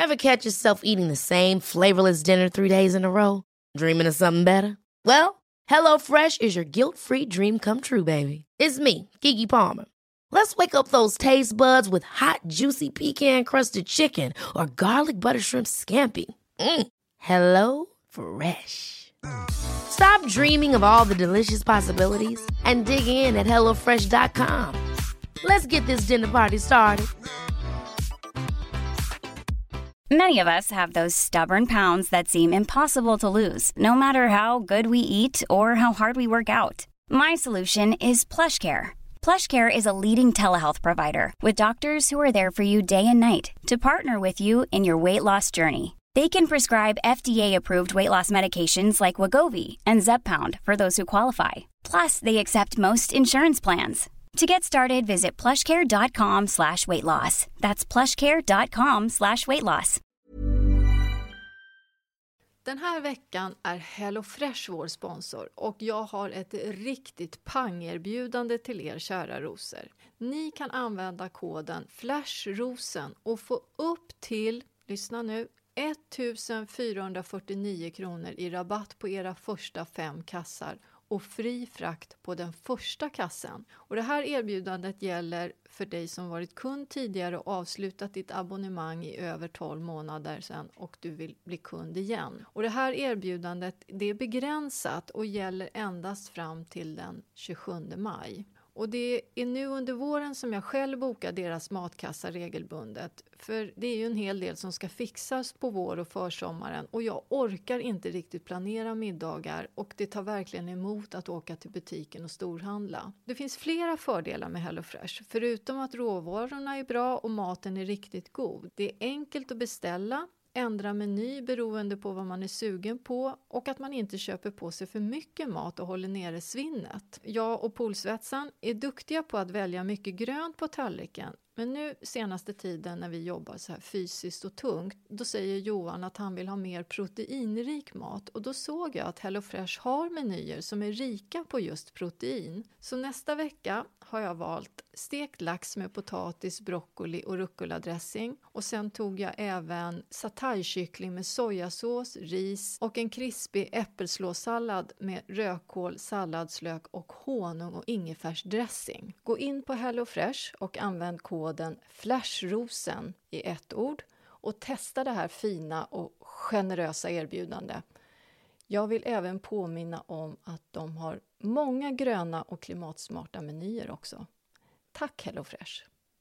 Ever catch yourself eating the same flavorless dinner 3 days in a row? Dreaming of something better? Well, HelloFresh is your guilt-free dream come true, baby. It's me, Keke Palmer. Let's wake up those taste buds with hot, juicy pecan-crusted chicken or garlic butter shrimp scampi. Hello Fresh. Stop dreaming of all the delicious possibilities and dig in at HelloFresh.com. Let's get this dinner party started. Many of us have those stubborn pounds that seem impossible to lose, no matter how good we eat or how hard we work out. My solution is PlushCare. PlushCare is a leading telehealth provider with doctors who are there for you day and night to partner with you in your weight loss journey. They can prescribe FDA-approved weight loss medications like Wegovy and Zepbound for those who qualify. Plus, they accept most insurance plans. To get started, visit plushcare.com/weightloss. That's plushcare.com/weightloss. Den här veckan är HelloFresh vår sponsor och jag har ett riktigt pangerbjudande till er kära rosor. Ni kan använda koden FLASHROSEN och få upp till, lyssna nu, 1449 kronor i rabatt på era första 5 kassar och fri frakt på den första kassen. Och det här erbjudandet gäller för dig som varit kund tidigare och avslutat ditt abonnemang i över 12 månader sedan och du vill bli kund igen. Och det här erbjudandet, det är begränsat och gäller endast fram till den 27 maj. Och det är nu under våren som jag själv bokar deras matkassa regelbundet. För det är ju en hel del som ska fixas på vår- och försommaren. Och jag orkar inte riktigt planera middagar. Och det tar verkligen emot att åka till butiken och storhandla. Det finns flera fördelar med HelloFresh. Förutom att råvarorna är bra och maten är riktigt god. Det är enkelt att beställa. Ändra meny beroende på vad man är sugen på och att man inte köper på sig för mycket mat och håller nere svinnet. Jag och poolsvetsan är duktiga på att välja mycket grönt på tallriken. Men nu senaste tiden när vi jobbar så här fysiskt och tungt, då säger Johan att han vill ha mer proteinrik mat. Och då såg jag att HelloFresh har menyer som är rika på just protein. Så nästa vecka har jag valt stekt lax med potatis, broccoli och rucola-dressing. Och sen tog jag även satay-kyckling med sojasås, ris och en krispig äppelslåssallad med rödkål, salladslök och honung och ingefärsdressing. Gå in på HelloFresh och använd koden FLASHROSEN i ett ord och testa det här fina och generösa erbjudande. Jag vill även påminna om att de har många gröna och klimatsmarta menyer också. Tack HelloFresh!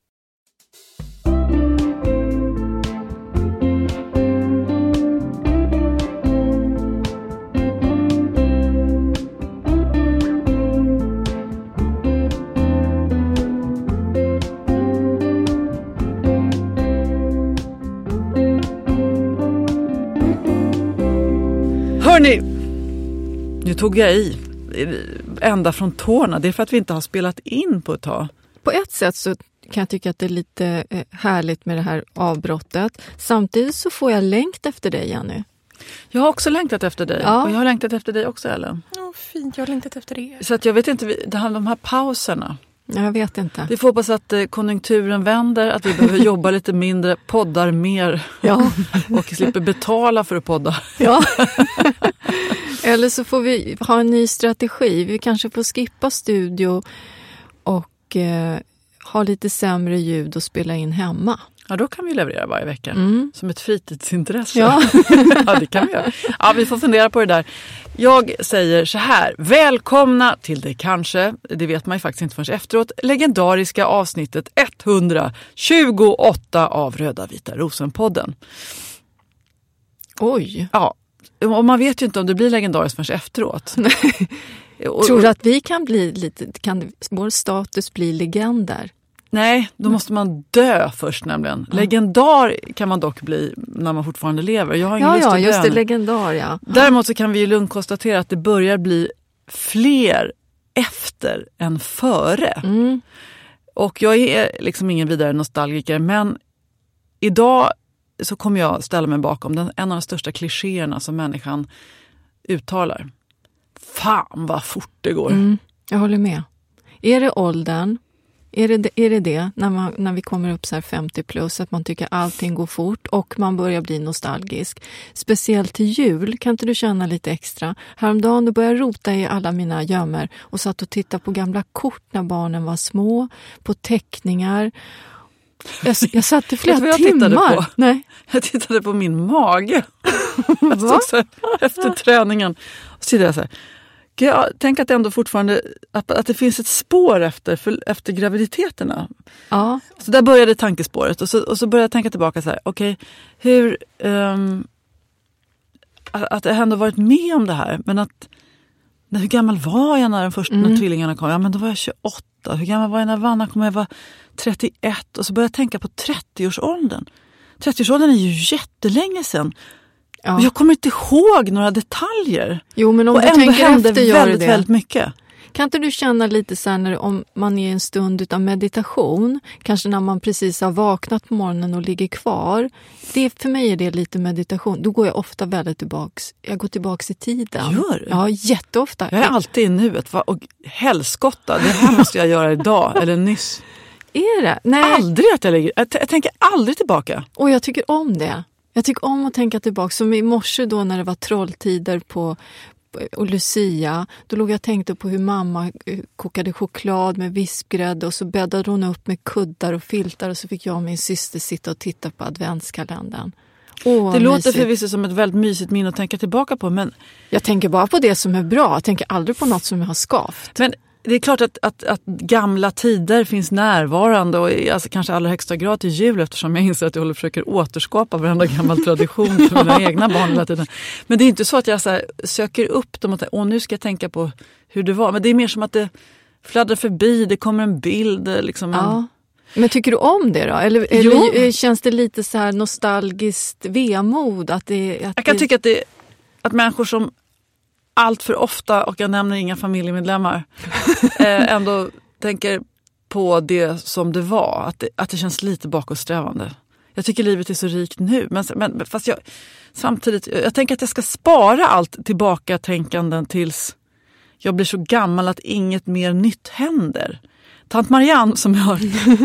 Hörrni, nu tog jag i ända från tårna. Det är för att vi inte har spelat in på ett tag. På ett sätt så kan jag tycka att det är lite härligt med det här avbrottet. Samtidigt så får jag längt efter dig, Jenny. Jag har också längtat efter dig. Ja. Och jag har längtat efter dig också, Ellen. Ja, fint. Jag har längtat efter er. Så att jag vet inte, det handlar om de här pauserna. Jag vet inte. Vi får hoppas att konjunkturen vänder, att vi behöver jobba lite mindre, poddar mer och slipper betala för att podda. Ja. Eller så får vi ha en ny strategi. Vi kanske får skippa studio och ha lite sämre ljud och spela in hemma. Ja, då kan vi leverera varje vecka. Som ett fritidsintresse. Ja. Ja, det kan vi göra. Ja, vi får fundera på det där. Jag säger så här. Välkomna till det kanske, det vet man ju faktiskt inte förrän efteråt, legendariska avsnittet 128 av Röda Vita Rosen-podden. Oj. Ja, och man vet ju inte om det blir legendariskt förrän efteråt. Tror du att vi kan bli lite, kan vår status bli legender? Nej, då måste man dö först nämligen. Legendar kan man dock bli när man fortfarande lever. Jag har ingen lust att dö. Just det, legendar, ja. Däremot så kan vi ju lugnt konstatera att det börjar bli fler efter än före. Och jag är liksom ingen vidare nostalgiker, men idag så kommer jag ställa mig bakom en av de största klichéerna som människan uttalar. Fan vad fort det går. Jag håller med. Är det åldern? Är det när vi kommer upp så här 50 plus, att man tycker allting går fort och man börjar bli nostalgisk? Speciellt till jul, kan inte du känna lite extra? Häromdagen då började jag rota i alla mina gömmor och satt och tittade på gamla kort när barnen var små, på teckningar. Jag satt i flera timmar. Nej. Jag tittade på min mage. Jag stod så här, efter träningen. Och så tittade jag så här. Jag tänker att det ändå fortfarande att det finns ett spår efter graviditeterna. Ja. Så där började tankespåret. Och så började jag tänka tillbaka så här. Okej, hur... att jag ändå varit med om det här. Men att... Hur gammal var jag när tvillingarna kom? Ja, men då var jag 28. Hur gammal var jag när Vanna kom? Jag var 31. Och så började jag tänka på 30-årsåldern. 30-årsåldern är ju jättelänge sedan. Ja. Jag kommer inte ihåg några detaljer. Jo, men om och du ändå tänker hände efter gör väldigt, det. väldigt mycket. Kan inte du känna lite så här om man är i en stund av meditation, kanske när man precis har vaknat på morgonen och ligger kvar. För mig är det lite meditation. Då går jag ofta väldigt tillbaks. Jag går tillbaks i tiden. Gör du? Ja, jätteofta. Jag är alltid i nuet. Och helskotta, det här måste jag göra idag eller nyss. Är det? Nej. Aldrig att jag ligger. Jag tänker aldrig tillbaka. Och jag tycker om det. Jag tycker om att tänka tillbaka. Som i morse då när det var trolltider och Lucia, då låg jag och tänkte på hur mamma kokade choklad med vispgrädde och så bäddade hon upp med kuddar och filtar och så fick jag och min syster sitta och titta på adventskalendern. Det låter förvisso som ett väldigt mysigt minne att tänka tillbaka på, men... Jag tänker bara på det som är bra, jag tänker aldrig på något som jag har skavt. Men det är klart att gamla tider finns närvarande och alltså kanske allra högsta grad till jul, eftersom jag inser att jag försöker återskapa varenda gammal tradition för mina egna barn hela tiden. Men det är inte så att jag så här, söker upp dem och nu ska jag tänka på hur det var. Men det är mer som att det fladdrar förbi, det kommer en bild. Liksom ja. Men tycker du om det då? Eller känns det lite så här nostalgiskt vemod? Jag kan tycka att människor som allt för ofta, och jag nämner inga familjemedlemmar, ändå tänker på det som det var. Att det känns lite bakåtsträvande. Jag tycker livet är så rikt nu. Men fast jag tänker att jag ska spara allt tillbaka tänkanden tills jag blir så gammal att inget mer nytt händer. Tant Marianne som jag har...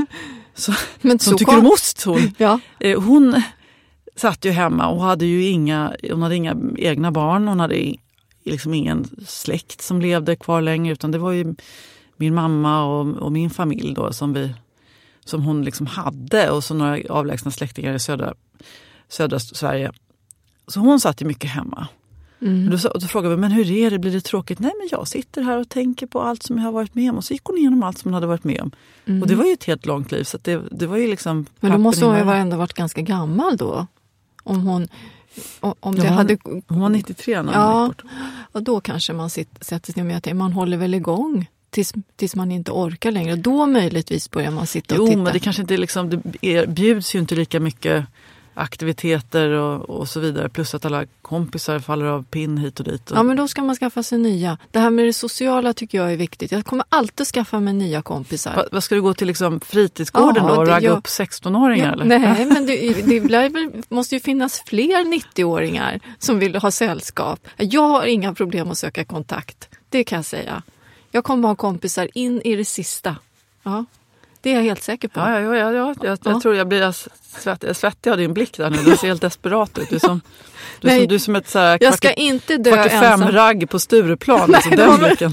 som tycker om ost, hon. Ja. Hon satt ju hemma och hade ju inga egna barn. Hon hade liksom ingen släkt som levde kvar längre, utan det var ju min mamma och min familj då som hon liksom hade, och så några avlägsna släktingar i södra Sverige. Så hon satt ju mycket hemma. Mm. Då frågade vi, men hur är det? Blir det tråkigt? Nej, men jag sitter här och tänker på allt som jag har varit med om. Och så gick hon igenom allt som hon hade varit med om. Mm. Och det var ju ett helt långt liv. Så att det var ju liksom... Men då måste hon ju ändå varit ganska gammal då. Om det hade... Hon var 93 när hon gick bort. Och då kanske man sätter sig med. Man håller väl igång tills man inte orkar längre. Då möjligtvis börjar man sitta och titta. Jo, men det kanske inte liksom... Det bjuds ju inte lika mycket aktiviteter och så vidare. Plus att alla kompisar faller av pinn hit och dit. Ja, men då ska man skaffa sig nya. Det här med det sociala tycker jag är viktigt. Jag kommer alltid skaffa mig nya kompisar. Vad ska du gå till liksom fritidsgården då och ragga upp 16-åringar? Eller? Nej, men det måste ju finnas fler 90-åringar som vill ha sällskap. Jag har inga problem att söka kontakt. Det kan jag säga. Jag kommer ha kompisar in i det sista. Ja. Det är jag helt säker på. Ja. Jag tror jag blir svettig av din blick där nu. Du ser helt desperat ut. Du är som ett så här jag ska inte dö 45-ragg på Stureplan. Nej, den blicken.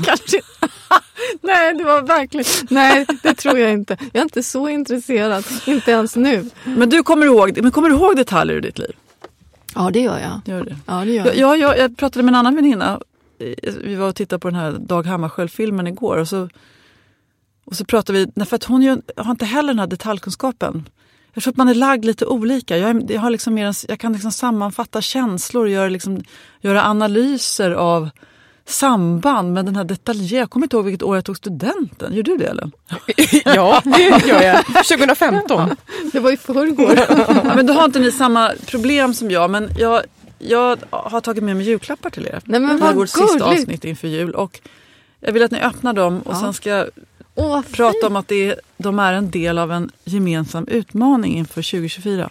Nej, det var verkligen... Nej, det tror jag inte. Jag är inte så intresserad. Inte ens nu. Men kommer du ihåg detaljer i ditt liv? Ja, det gör jag. Gör det? Ja, det gör jag. Jag pratade med en annan väninna. Vi var och tittade på den här Dag Hammarskjöld-filmen igår. Och så pratar vi, för att hon har inte heller den här detaljkunskapen. Jag tror att man är lagd lite olika. Jag kan liksom sammanfatta känslor och göra analyser av samband med den här detaljer. Jag kommer inte ihåg vilket år jag tog studenten. Gör du det, Ellen? Ja, det gör jag. 2015. Det var i förrgår. Ja, men då har inte ni samma problem som jag. Men jag har tagit med mig julklappar till er. Nej, men det är vårt sista avsnitt inför jul. Och jag vill att ni öppnar dem och sen ska jag prata om att de är en del av en gemensam utmaning inför 2024.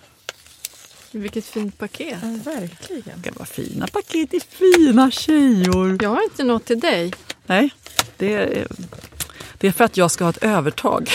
Vilket fint paket. Ja, verkligen. Det var fina paket i fina tjejor. Jag har inte något till dig. Nej, det är... Det är för att jag ska ha ett övertag.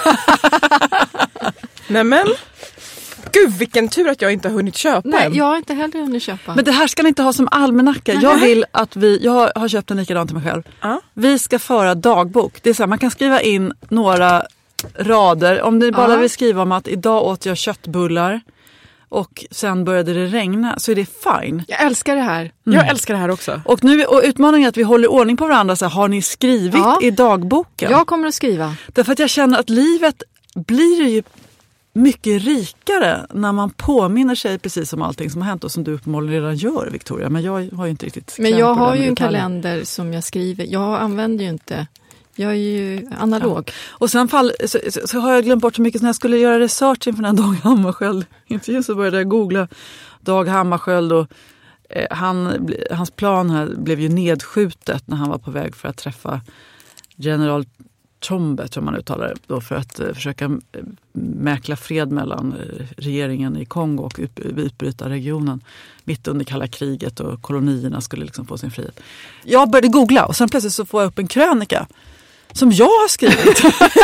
Nämen. Gud, vilken tur att jag inte har hunnit köpa. Nej, jag har inte heller hunnit köpa. Men det här ska ni inte ha som almanacka. Jag vill att jag har köpt en likadan till mig själv. Vi ska föra dagbok. Det är så här, man kan skriva in några rader. Om ni bara vill skriva om att idag åt jag köttbullar och sen började det regna, så är det fine. Jag älskar det här. Jag älskar det här också. Och utmaningen är att vi håller ordning på varandra. Så här, har ni skrivit i dagboken? Jag kommer att skriva. Därför att jag känner att livet blir ju mycket rikare när man påminner sig precis om allting som har hänt och som du uppenbarligen redan gör, Victoria. Men jag har ju inte riktigt... Men jag har ju en kalender som jag skriver. Jag använder ju inte... Jag är ju analog. Ja. Och sen så har jag glömt bort så mycket. När jag skulle göra research inför den här Dag Hammarskjöld-intervjun så började jag googla Dag Hammarskjöld och hans plan här blev ju nedskjutet när han var på väg för att träffa general Chombe, tror man uttalar det, då, för att försöka mäkla fred mellan regeringen i Kongo och utbrytarregionen mitt under kalla kriget, och kolonierna skulle liksom få sin frihet. Jag började googla och sen plötsligt så får jag upp en krönika som jag har skrivit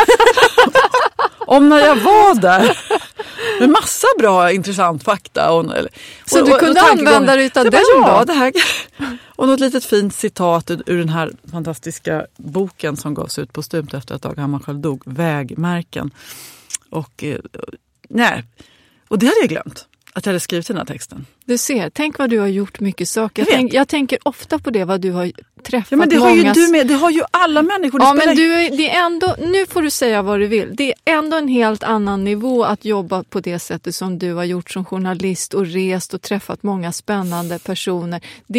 om när jag var där. Med massa bra, intressant fakta. Så du kunde använda dig av den då? Det här. Och något litet fint citat ur den här fantastiska boken som gavs ut på Stumt efter att Dag Hammarskjöld dog. Vägmärken. Och det hade jag glömt. Att jag hade skrivit den här texten. Du ser, tänk vad du har gjort mycket saker. Jag tänker ofta på det, vad du har träffat. Ja, men det har ju du med, det har ju alla människor. Ja, men det är ändå, nu får du säga vad du vill. Det är ändå en helt annan nivå att jobba på det sättet som du har gjort som journalist och rest och träffat många spännande personer.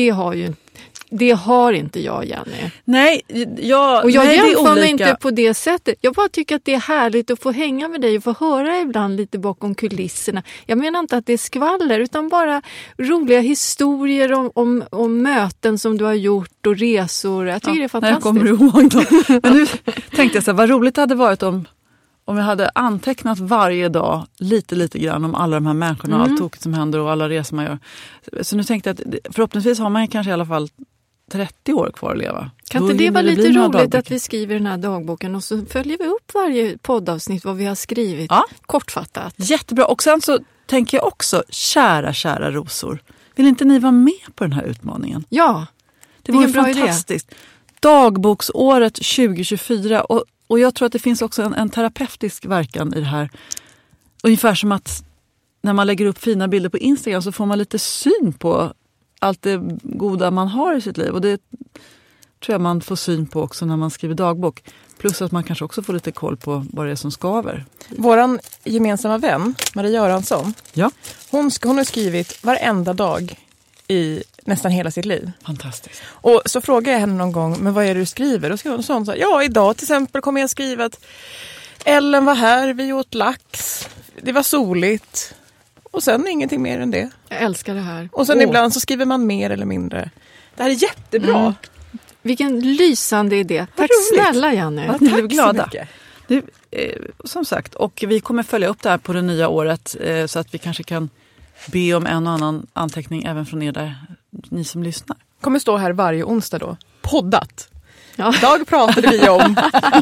Det har inte jag, Jenny. Nej, jag jämför mig inte på det sättet. Jag bara tycker att det är härligt att få hänga med dig och få höra ibland lite bakom kulisserna. Jag menar inte att det är skvaller, utan bara roliga historier om möten som du har gjort och resor. Jag tycker det är fantastiskt. Jag kommer ihåg dem. Men nu tänkte jag så här, vad roligt det hade varit om jag hade antecknat varje dag lite grann om alla de här människorna och allt tokigt som händer och alla resor man gör. Så nu tänkte jag att förhoppningsvis har man kanske i alla fall 30 år kvar att leva. Kan inte det vara lite roligt att vi skriver den här dagboken och så följer vi upp varje poddavsnitt vad vi har skrivit, kortfattat. Jättebra. Och sen så tänker jag också, kära rosor, vill inte ni vara med på den här utmaningen? Ja, det vore fantastiskt. Dagboksåret 2024, och jag tror att det finns också en terapeutisk verkan i det här. Ungefär som att när man lägger upp fina bilder på Instagram så får man lite syn på allt det goda man har i sitt liv. Och det tror jag man får syn på också när man skriver dagbok. Plus att man kanske också får lite koll på vad det är som skaver. Våran gemensamma vän, Maria Göransson, hon har skrivit varenda dag i nästan hela sitt liv. Fantastiskt. Och så frågade jag henne någon gång, men vad är det du skriver? Och så sa hon så här, idag till exempel kommer jag skriva att Ellen var här, vi åt lax, det var soligt. Och sen ingenting mer än det. Jag älskar det här. Och sen ibland så skriver man mer eller mindre. Det här är jättebra. Vilken lysande idé. Tack snälla, Janne. Att ni blev glada. Nu, som sagt, och vi kommer följa upp det här på det nya året så att vi kanske kan be om en och annan anteckning även från er där, ni som lyssnar. Kommer stå här varje onsdag då. Poddat. Ja. Idag pratade vi om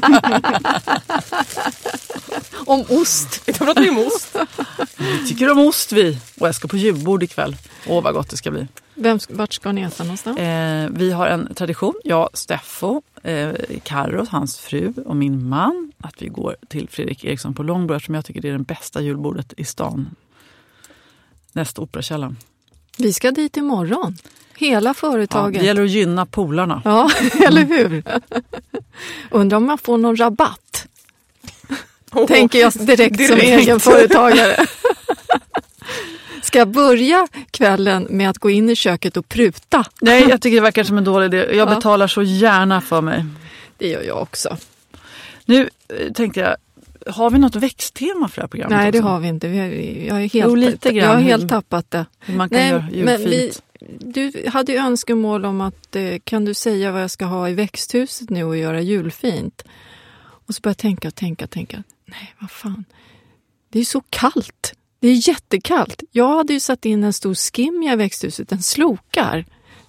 om ost. Vi pratade om ost. Vi tycker om ost vi. Och jag ska på julbord ikväll. Åh, vad gott det ska bli. Vart ska ni äta någonstans? Vi har en tradition. Jag, Steffo, Karro, hans fru och min man. Att vi går till Fredrik Eriksson på Långbröd, som jag tycker det är det bästa julbordet i stan. Nästa Operakällan. Vi ska dit imorgon. Hela företaget. Ja, det gäller att gynna polarna. Ja, eller hur? Undrar om man får någon rabatt. Tänker jag direkt som egen företagare. Ska jag börja kvällen med att gå in i köket och pruta? Nej, jag tycker det verkar som en dålig idé. Jag betalar så gärna för mig. Det gör jag också. Nu tänkte jag, har vi något växttema för det här programmet? Nej, också? Det har vi inte. Jag har helt tappat det. Hur man kan göra julfint. Du hade ju önskemål om att kan du säga vad jag ska ha i växthuset nu och göra julfint? Och så började jag tänka. Nej, vad fan. Det är så kallt. Det är jättekallt. Jag hade ju satt in en stor skimja i växthuset. En slokar.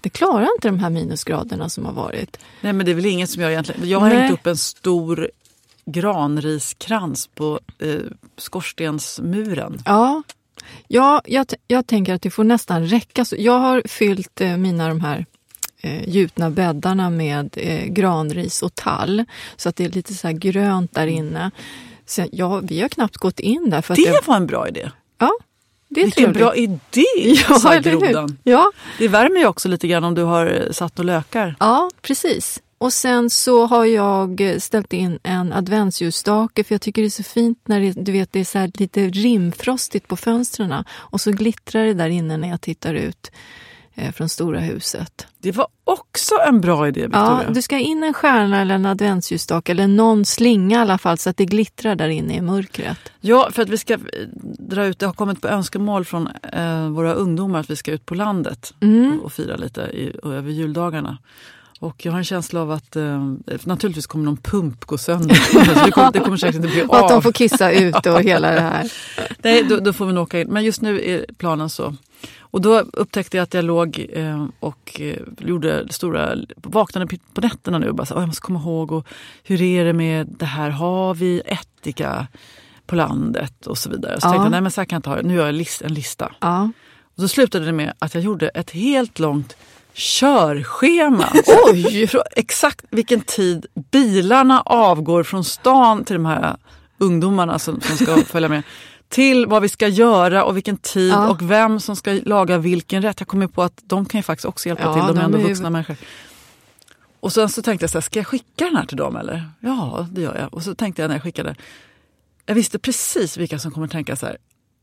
Det klarar inte de här minusgraderna som har varit. Nej, men det är väl inget som jag egentligen... Jag har hängt upp en stor granriskrans på skorstensmuren. Ja, jag tänker att det får nästan räcka. Så jag har fyllt mina de här gjutna bäddarna med granris och tall. Så att det är lite så här grönt där inne. Sen, vi har knappt gått in där. För det var en bra idé. Ja, det är vilken bra idé, sa grodan. Ja. Det värmer ju också lite grann om du har satt och lökar. Ja, precis. Och sen så har jag ställt in en adventsljusstake, för jag tycker det är så fint när det är så här lite rimfrostigt på fönstren. Och så glittrar det där inne när jag tittar ut från stora huset. Det var också en bra idé, Victoria. Ja, du ska in en stjärna eller en adventsljusstake eller någon slinga i alla fall så att det glittrar där inne i mörkret. Ja, för att vi ska dra ut, det har kommit på önskemål från våra ungdomar att vi ska ut på landet och fira lite över juldagarna. Och jag har en känsla av att naturligtvis kommer någon pump gå sönder. Så det kommer säkert inte bli av. Och att de får kissa ut och hela det här. Nej, då får vi nog åka in. Men just nu är planen så. Och då upptäckte jag att jag låg och gjorde vaknade på nätterna nu och bara så, jag måste komma ihåg, och hur är det med det här, har vi ättika på landet och så vidare. Så tänkte jag, nej men så här kan jag inte ha det. Nu gör jag en lista. Ja. Och så slutade det med att jag gjorde ett helt långt körschema. Oj! Exakt vilken tid bilarna avgår från stan till de här ungdomarna som ska följa med. Till vad vi ska göra och vilken tid och vem som ska laga vilken rätt. Jag kommer på att de kan ju faktiskt också hjälpa till. De är ändå vuxna människor. Och sen så tänkte jag så här, ska jag skicka den här till dem eller? Ja, det gör jag. Och så tänkte jag när jag skickade. Jag visste precis vilka som kommer tänka så här.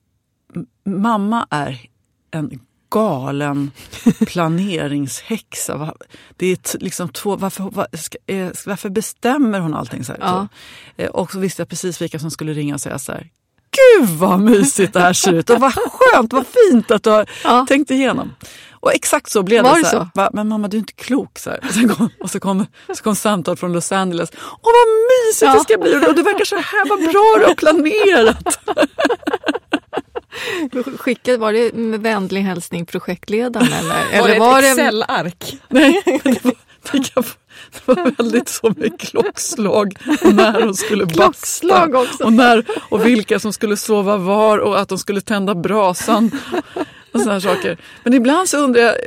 Mamma är en galen planeringshäxa. Det är liksom varför bestämmer hon allting så här? Ja. Och så visste jag precis vilka som skulle ringa och säga så här. Gud vad mysigt det här ser ut och vad skönt, vad fint att du har tänkt igenom. Och exakt så blev det så här. Men mamma, du är inte klok så här. Så kom samtal från Los Angeles. Åh, vad mysigt det ska bli, och du verkar så här, vad bra du har planerat. Var det med vänlig hälsning projektledaren eller? Var det ett Excel-ark? Nej, det var väldigt så med klockslag och när de skulle basta och vilka som skulle sova var och att de skulle tända brasan och sådana här saker. Men ibland så undrar jag,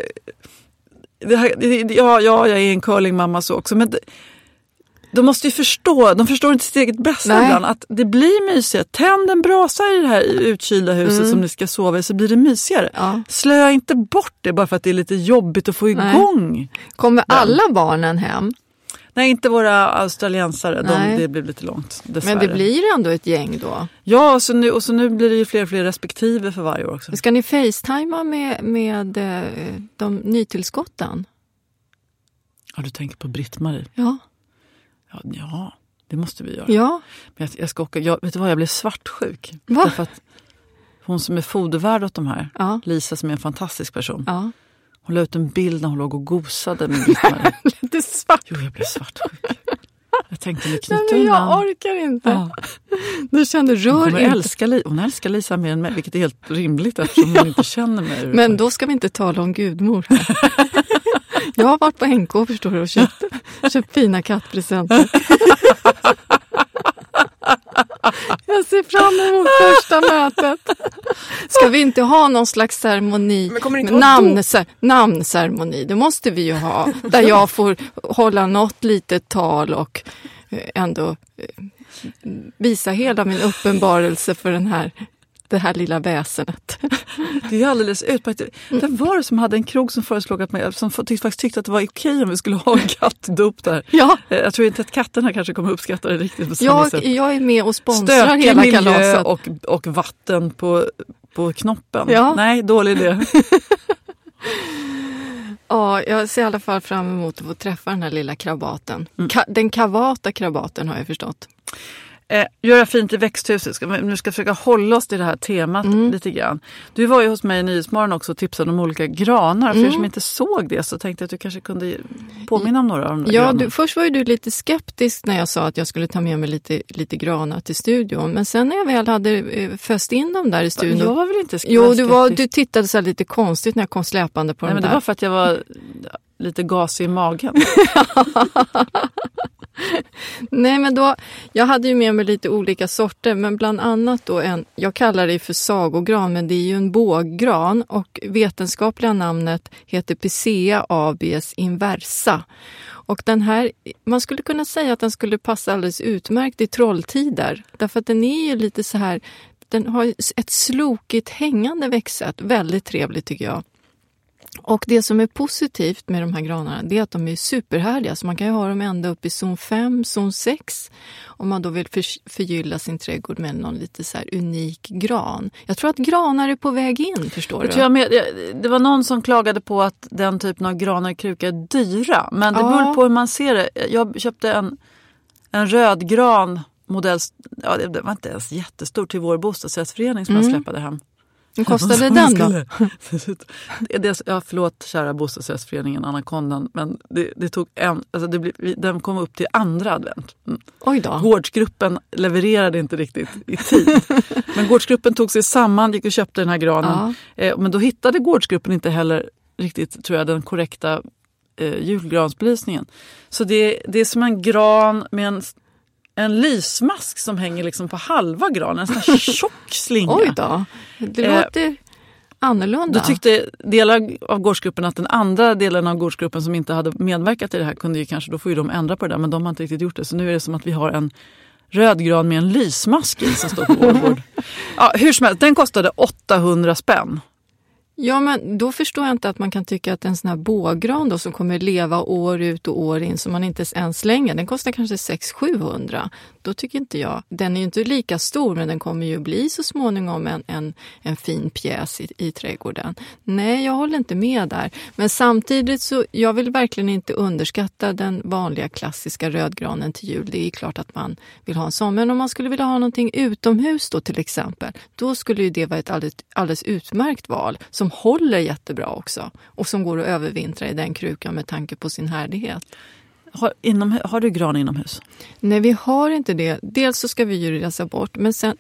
jag är en curlingmamma så också, men de måste ju de förstår inte sitt eget bästa ibland, att det blir mysigare. Tänd en brasa i det här utkylda huset som ni ska sova i, så blir det mysigare. Ja. Slöa inte bort det bara för att det är lite jobbigt att få igång. Kommer alla barnen hem? Nej, inte våra australiensare. Det blir lite långt, dessvärre. Men det blir ändå ett gäng då? Ja, så nu blir det ju fler och fler respektive för varje år också. Ska ni facetima med de nytillskotten? Ja, du tänker på Britt-Marie? Ja. Ja, det måste vi göra. Ja. Men jag ska åka, vet du vad, jag blev svartsjuk. Va? Därför att hon som är fodervärd åt de här, Lisa som är en fantastisk person. Ja. Hon la ut en bild när hon låg och gosade med Britt-Marie. Lite svart. Jo, jag blev svartsjuk. Jag tänkte mig knyta men jag orkar inte. Ja. Du kände hon älskar Lisa mer än mig, vilket är helt rimligt eftersom hon inte känner mig. Men då ska vi inte tala om gudmor här. Jag har varit på NK, förstår du, och köpt fina kattpresenter. Jag ser fram emot första mötet. Ska vi inte ha någon slags ceremoni, namnceremoni? Det måste vi ju ha. Där jag får hålla något litet tal och ändå visa hela min uppenbarelse för det här lilla väsenet. Det är alldeles utmärkt. Vem var det som hade en krog som föreslog att mig, som faktiskt tyckte att det var okej om vi skulle ha en kattdop där? Ja. Jag tror inte att katterna kanske kommer uppskatta det riktigt på samma sätt. Jag är med och sponsrar hela kalaset. Stökig och vatten på knoppen. Ja. Nej, dålig idé. Ja, jag ser i alla fall fram emot att få träffa den här lilla krabaten. Den kavata krabaten har jag förstått. Göra fint i växthuset. Nu ska försöka hålla oss till det här temat lite grann. Du var ju hos mig i Nyhetsmorgon också och tipsade om olika granar. För er som inte såg det så tänkte jag att du kanske kunde påminna om några av de granar. Först var ju du lite skeptisk när jag sa att jag skulle ta med mig lite granar till studion. Men sen när jag väl hade föst in dem där i studion. Jag var väl inte skeptisk? Jo, du tittade så här lite konstigt när jag kom släpande på dem där. Men det var för att jag var lite gasig i magen. Nej, men då, jag hade ju med mig lite olika sorter, men bland annat då jag kallar det för sagogran, men det är ju en båggran och vetenskapliga namnet heter Picea abies inversa. Och den här, man skulle kunna säga att den skulle passa alldeles utmärkt i trolltider, därför att den är ju lite så här, den har ett slokigt hängande växtsätt, väldigt trevligt tycker jag. Och det som är positivt med de här granarna, det är att de är superhärliga. Så man kan ju ha dem ända upp i zon 5, zon 6. Om man då vill förgylla sin trädgård med någon lite så här unik gran. Jag tror att granar är på väg in, förstår du? Det var någon som klagade på att den typen av granar i kruka är dyra. Men det beror på hur man ser det. Jag köpte en rödgran modell. Ja, det var inte ens jättestor till vår bostadsrättsförening som jag släppade hem. Hur kostade den då? Förlåt kära bostadsrättsföreningen Anakondan, men det tog den kom upp till andra advent. Oj då. Gårdsgruppen levererade inte riktigt i tid. Men gårdsgruppen tog sig samman, gick och köpte den här granen. Ja. Men då hittade gårdsgruppen inte heller riktigt, tror jag, den korrekta julgransbelysningen. Så det är som en gran med en lysmask som hänger liksom på halva granen. En sån här tjock slinga. Oj då. Det låter annorlunda. Då tyckte delar av gårdsgruppen att den andra delen av gårdsgruppen som inte hade medverkat i det här kunde ju kanske, då får ju de ändra på det där. Men de har inte riktigt gjort det. Så nu är det som att vi har en röd gran med en lysmask i som står på vår gård. Ja, hur som helst, den kostade 800 spänn. Ja, men då förstår jag inte att man kan tycka att en sån här båggran då, som kommer leva år ut och år in, som man inte ens slänger, den kostar kanske 600-700. Då tycker inte jag. Den är ju inte lika stor, men den kommer ju bli så småningom en fin pjäs i trädgården. Nej, jag håller inte med där. Men samtidigt så, jag vill verkligen inte underskatta den vanliga klassiska rödgranen till jul. Det är klart att man vill ha en sån. Men om man skulle vilja ha någonting utomhus då till exempel, då skulle ju det vara ett alldeles utmärkt val som håller jättebra också. Och som går att övervintra i den krukan med tanke på sin härdighet. Har du gran inomhus? Nej, vi har inte det. Dels så ska vi ju resa bort. Men sen,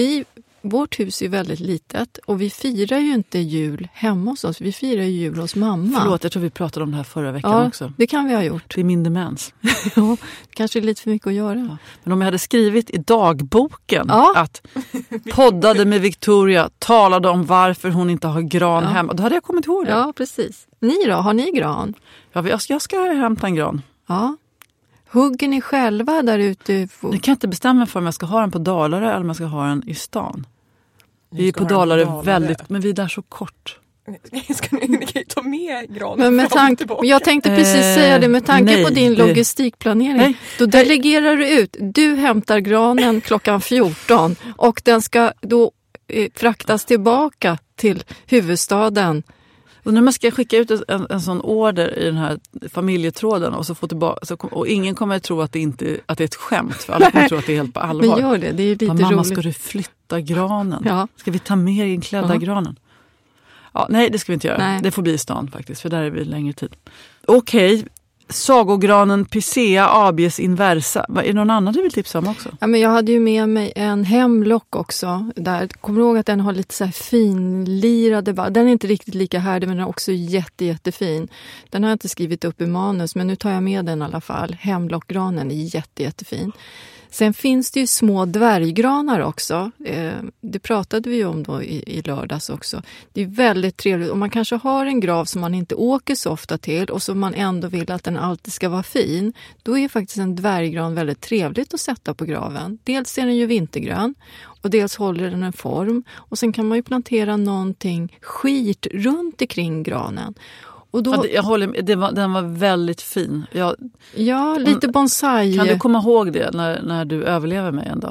vårt hus är väldigt litet. Och vi firar ju inte jul hemma hos oss. Vi firar ju jul hos mamma. Förlåt, jag tror vi pratade om det här förra veckan också. Det kan vi ha gjort. Det är min demens. Ja, kanske lite för mycket att göra. Ja. Men om jag hade skrivit i dagboken att poddade med Victoria, talade om varför hon inte har gran hemma. Då hade jag kommit ihåg det. Ja, precis. Ni då? Har ni gran? Ja, jag ska hämta en gran. Ja. Hugger ni själva där ute? Jag kan inte bestämma för om jag ska ha den på Dalarö eller om jag ska ha den i stan. Vi är på Dalarö väldigt, men vi är där så kort. Ni kan ju ta med granen men jag tänkte precis säga det med tanke på din logistikplanering. Då delegerar du ut. Du hämtar granen klockan 14 och den ska då fraktas tillbaka till huvudstaden. Och när man ska skicka ut en sån order i den här familjetråden och så få tillbaka, och ingen kommer att tro att det är ett skämt, för alla kommer att tro att det är helt på allvar. Men gör det är ju lite roligt. Mamma, ska du flytta granen? Ja. Ska vi ta med in klädda granen? Ja, nej, det ska vi inte göra. Nej. Det får bli i stan faktiskt, för där är vi längre tid. Okej. Sagogranen Picea abies inversa. Är det någon annan du vill tipsa om också? Ja, men jag hade ju med mig en hemlock också. Kommer du ihåg att den har lite så här finlirade. Den är inte riktigt lika härdig, men den är också jättefin. Den har jag inte skrivit upp i manus, men nu tar jag med den i alla fall. Hemlockgranen är jättefin. Sen finns det ju små dvärggranar också. Det pratade vi ju om då i lördags också. Det är väldigt trevligt. Om man kanske har en grav som man inte åker så ofta till och som man ändå vill att den alltid ska vara fin. Då är faktiskt en dvärggran väldigt trevligt att sätta på graven. Dels är den ju vintergrön och dels håller den en form. Och sen kan man ju plantera någonting skit runt omkring granen. Och då, jag håller med, den var väldigt fin. Ja, lite bonsai. Kan du komma ihåg det när du överlever mig en dag?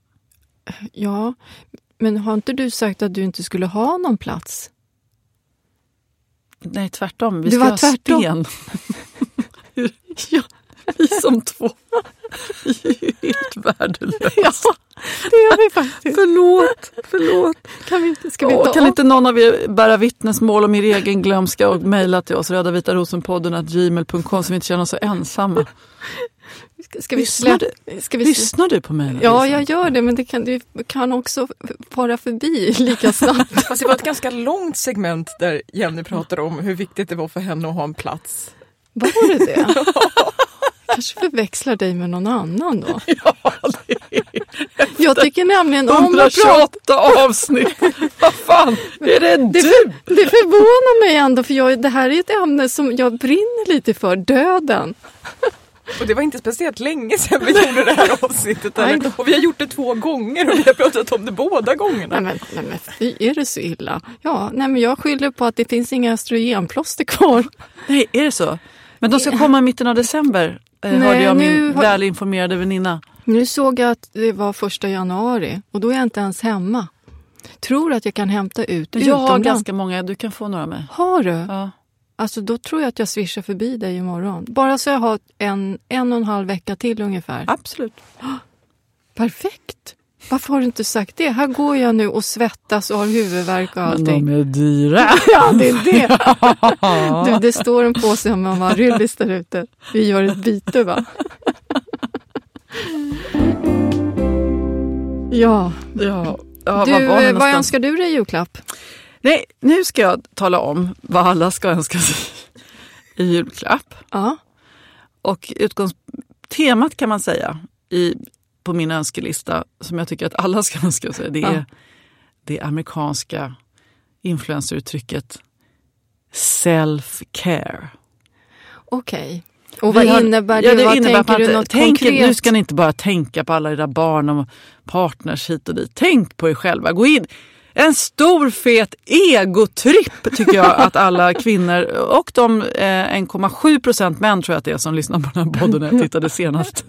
Ja, men har inte du sagt att du inte skulle ha någon plats? Nej, tvärtom. Vi ska ha sten. Ja, vi som två. Helt värdelöst. Ja, det gör vi faktiskt. Förlåt. Kan inte någon av er bära vittnesmål om er egen glömska och mejla till oss rödavitarosenpodden@gmail.com så vi inte känner oss så ensamma. Lyssnar du på mig? Ja, jag gör det, men det kan också fara förbi lika snabbt. Fast det var ett ganska långt segment där Jenny pratade om hur viktigt det var för henne att ha en plats. Var det det? Kanske förväxlar dig med någon annan då. Ja, det är... Jag tycker nämligen om 128 avsnitt. Vad fan, är det du? Det förvånar mig ändå, för det här är ett ämne som jag brinner lite för, döden. Och det var inte speciellt länge sedan vi gjorde det här avsnittet. Och vi har gjort det 2 gånger och vi har pratat om det båda gångerna. Nej men är det så illa? Ja, men jag skyller på att det finns inga östrogenplåster kvar. Nej, är det så? Men de ska komma i mitten av december. Hörde jag min välinformerade väninna. Nu såg jag att det var 1 januari och då är jag inte ens hemma. Tror att jag kan hämta ut jag utomlands. har ganska många, du kan få några med. Har du? Ja. Alltså då tror jag att jag swishar förbi dig imorgon. Bara så jag har en och en halv vecka till ungefär. Absolut. Perfekt. Varför har du inte sagt det? Här går jag nu och svettas och har huvudvärk och allting. Men de är dyra. Ja, det är det. Du, det står en påse om Amaryllis där ute. Vi gör ett byte, va? Ja. Du, vad önskar du dig i julklapp? Nej, nu ska jag tala om vad alla ska önska sig i julklapp. Ja. Och temat kan man säga på min önskelista som jag tycker att alla ska önska sig, det är det amerikanska influenceruttrycket self-care. Okej. Och vad innebär det? Vad tänker du något konkret? Nu ska ni inte bara tänka på alla era barn och partners hit och dit. Tänk på er själva. Gå in. En stor fet egotripp tycker jag att alla kvinnor och de 1,7% män tror jag att det är som lyssnar på den här podden när jag tittade senast.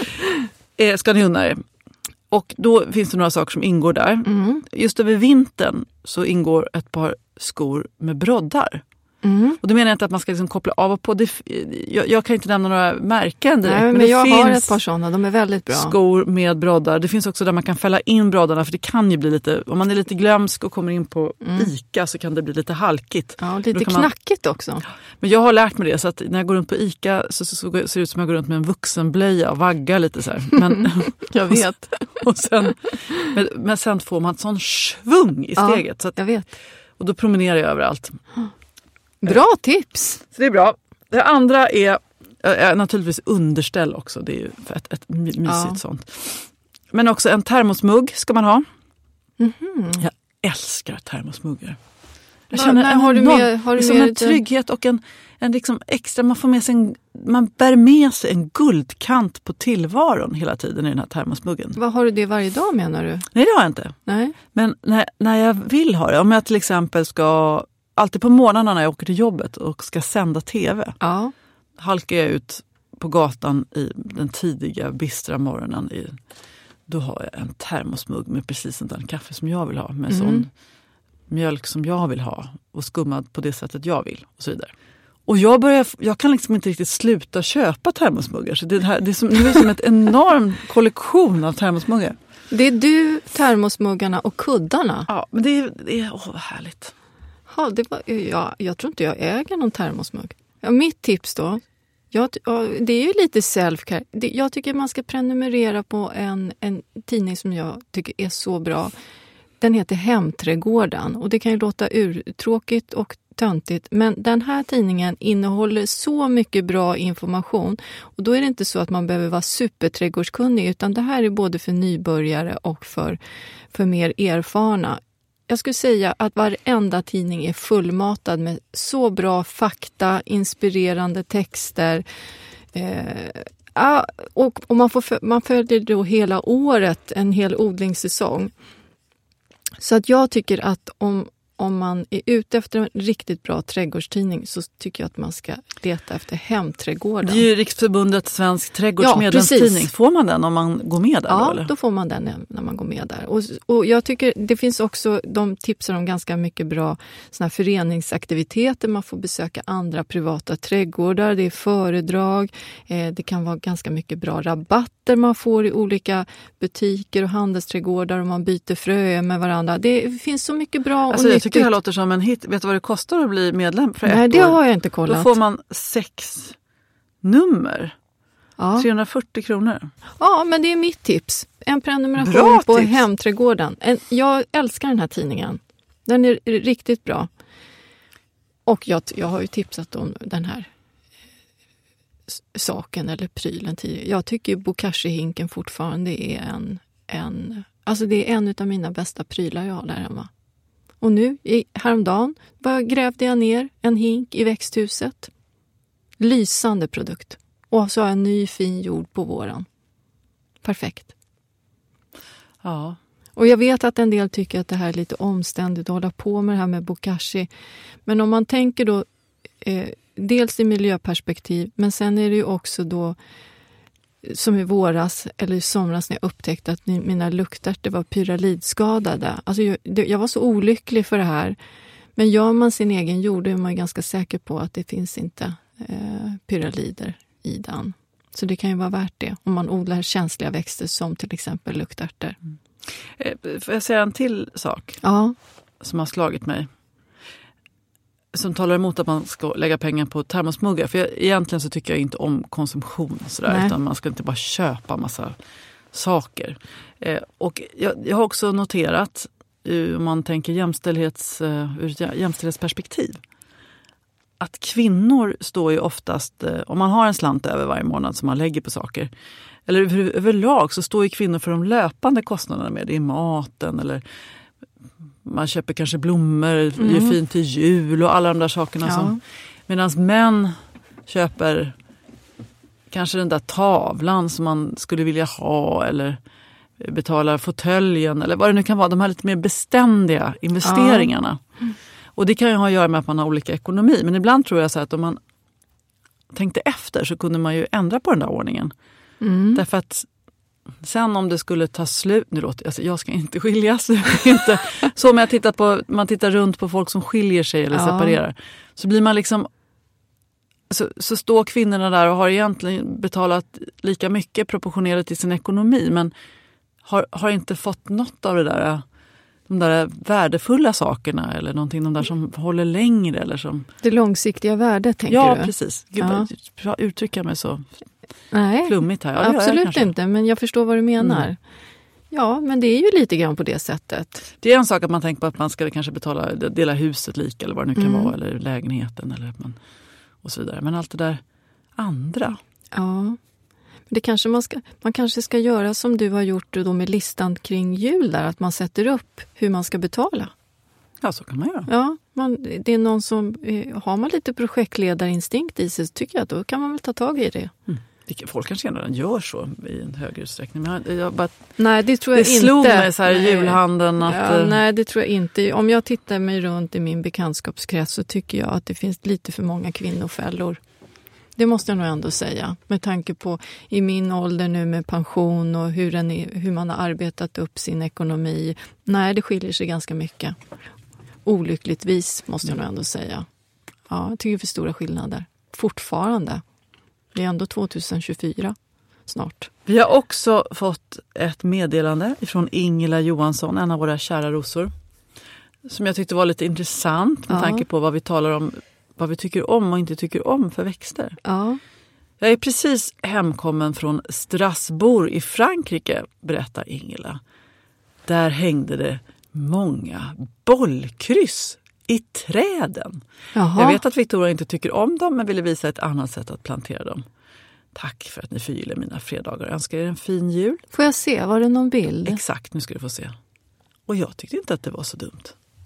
Ska ni unna er. Och då finns det några saker som ingår där. Mm. Just över vintern så ingår ett par skor med broddar. Mm. Och det menar jag inte att man ska liksom koppla av och på. Jag kan inte nämna några märken direkt. Nej, men jag har ett par sådana, de är väldigt bra. Skor med broddar. Det finns också där man kan fälla in broddarna, för det kan ju bli lite, om man är lite glömsk och kommer in på Ica så kan det bli lite halkigt. Ja, lite knackigt också. Men jag har lärt mig det, så att när jag går runt på Ica så ser det ut som jag går runt med en vuxenblöja och vaggar lite så här. Men, jag vet. Men sen får man ett sån svung i steget. Ja, så att, jag vet. Och då promenerar jag överallt. Bra tips! Så det är bra. Det andra är naturligtvis underställ också. Det är ju ett mysigt sånt. Men också en termosmugg ska man ha. Mm-hmm. Jag älskar termosmuggar. Jag känner en trygghet och en liksom extra, man bär med sig en guldkant på tillvaron hela tiden i den här termosmuggen. Vad har du det varje dag, menar du? Nej, det har jag inte. Nej. Men när jag vill ha det, om jag till exempel ska alltid på morgnarna när jag åker till jobbet och ska sända tv. Ja. Halkar jag ut på gatan i den tidiga, bistra morgonen. Då har jag en termosmugg med precis sån där kaffe som jag vill ha. Med sån mjölk som jag vill ha. Och skummad på det sättet jag vill. Och så vidare. Och jag kan liksom inte riktigt sluta köpa termosmuggar. Så det är som ett enorm kollektion av termosmuggar. Det är du, termosmuggarna och kuddarna. Ja, men det är vad härligt. Ja, jag tror inte jag äger någon termosmugg. Ja, mitt tips då, det är ju lite self-care. Jag tycker man ska prenumerera på en tidning som jag tycker är så bra. Den heter Hemträdgården och det kan ju låta urtråkigt och töntigt, men den här tidningen innehåller så mycket bra information och då är det inte så att man behöver vara superträdgårdskunnig, utan det här är både för nybörjare och för mer erfarna. Jag skulle säga att varenda tidning är fullmatad med så bra fakta, inspirerande texter. Och man följer då hela året, en hel odlingssäsong. Så att jag tycker att om man är ute efter en riktigt bra trädgårdstidning så tycker jag att man ska leta efter Hemträdgården. Det är ju Riksförbundet Svensk Trädgårdsmedlemstidning. Ja, får man den om man går med där? Ja, eller? Då får man den när man går med där. Och jag tycker det finns också, de tipsar om ganska mycket bra såna här föreningsaktiviteter. Man får besöka andra privata trädgårdar, det är föredrag, det kan vara ganska mycket bra rabatter man får i olika butiker och handelsträdgårdar och man byter fröer med varandra. Det finns så mycket bra och jag nyttigt. tycker det här låter som en hit. Vet du vad det kostar att bli medlem för Nej, ett det år? har jag inte kollat. Då får man 6 nummer. Ja. 340 kronor. Ja, men det är mitt tips. En prenumeration Bra på tips. Hemträdgården. Jag älskar den här tidningen. Den är riktigt bra. Och jag har ju tipsat om den här saken eller prylen tidigare. Jag tycker bokashi-hinken fortfarande är alltså det är en av mina bästa prylar jag har där hemma. Och nu, häromdagen, grävde jag ner en hink i växthuset. Lysande produkt. Och så har jag en ny fin jord på våren. Perfekt. Ja. Och jag vet att en del tycker att det här är lite omständigt att hålla på med det här med bokashi. Men om man tänker då dels i miljöperspektiv, men sen är det ju också då som i våras eller i somras när jag upptäckte att mina luktärtor var pyralidskadade. Alltså jag var så olycklig för det här. Men gör man sin egen jord är man ganska säker på att det finns inte pyralider i den. Så det kan ju vara värt det om man odlar känsliga växter som till exempel luktärtor. Får jag säga en till sak som har slagit mig? Som talar emot att man ska lägga pengar på termosmuggar. För egentligen så tycker jag inte om konsumtion sådär, utan man ska inte bara köpa massa saker. Och jag har också noterat, om man tänker ur ett jämställdhetsperspektiv, att kvinnor står ju oftast, om man har en slant över varje månad som man lägger på saker, eller överlag så står ju kvinnor för de löpande kostnaderna med det i maten, eller man köper kanske blommor, gör fint till jul och alla de där sakerna. Medan män köper kanske den där tavlan som man skulle vilja ha, eller betalar fåtöljen, eller vad det nu kan vara, de här lite mer beständiga investeringarna. Och det kan ju ha att göra med att man har olika ekonomi. Men ibland tror jag så att om man tänkte efter så kunde man ju ändra på den där ordningen. Därför att sen om det skulle ta slut, jag ska inte skiljas. Inte. Så om man tittar runt på folk som skiljer sig eller separerar. Så blir man liksom, så står kvinnorna där och har egentligen betalat lika mycket proportionerligt till sin ekonomi. Men har inte fått något av det där, de där värdefulla sakerna eller någonting, de där som håller längre eller som... Det långsiktiga värdet, tänker du? Ja, precis. Gud, jag uttrycker mig så flummigt här. Ja, absolut inte, men jag förstår vad du menar. Ja, men det är ju lite grann på det sättet. Det är en sak att man tänker på att man ska kanske dela huset lika eller vad det nu kan vara, eller lägenheten eller och så vidare. Men allt det där andra. Ja. Det kanske man kanske ska göra som du har gjort då med listan kring jul där, att man sätter upp hur man ska betala. Ja, så kan man göra. Ja, det är någon som har man lite projektledarinstinkt i sig, så tycker jag att då kan man väl ta tag i det. Folk kanske redan gör så i en högre utsträckning. Men nej, det tror jag inte. Det slog mig så här i julhandeln att... nej, det tror jag inte. Om jag tittar mig runt i min bekantskapskrets så tycker jag att det finns lite för många kvinnofällor. Det måste jag nog ändå säga. Med tanke på i min ålder nu med pension och hur man har arbetat upp sin ekonomi. Nej, det skiljer sig ganska mycket. Olyckligtvis måste jag nog ändå säga. Ja, jag tycker det är för stora skillnader. Fortfarande. Det är ändå 2024 snart. Vi har också fått ett meddelande från Ingela Johansson, en av våra kära rosor. Som jag tyckte var lite intressant med tanke på vad vi talar om. Vad vi tycker om och inte tycker om för växter. Ja. Jag är precis hemkommen från Strasbourg i Frankrike, berättar Ingela. Där hängde det många bollkryss i träden. Jaha. Jag vet att Victoria inte tycker om dem, men ville visa ett annat sätt att plantera dem. Tack för att ni förgyller mina fredagar. Jag önskar er en fin jul. Får jag se? Var det någon bild? Exakt, nu ska du få se. Och jag tyckte inte att det var så dumt.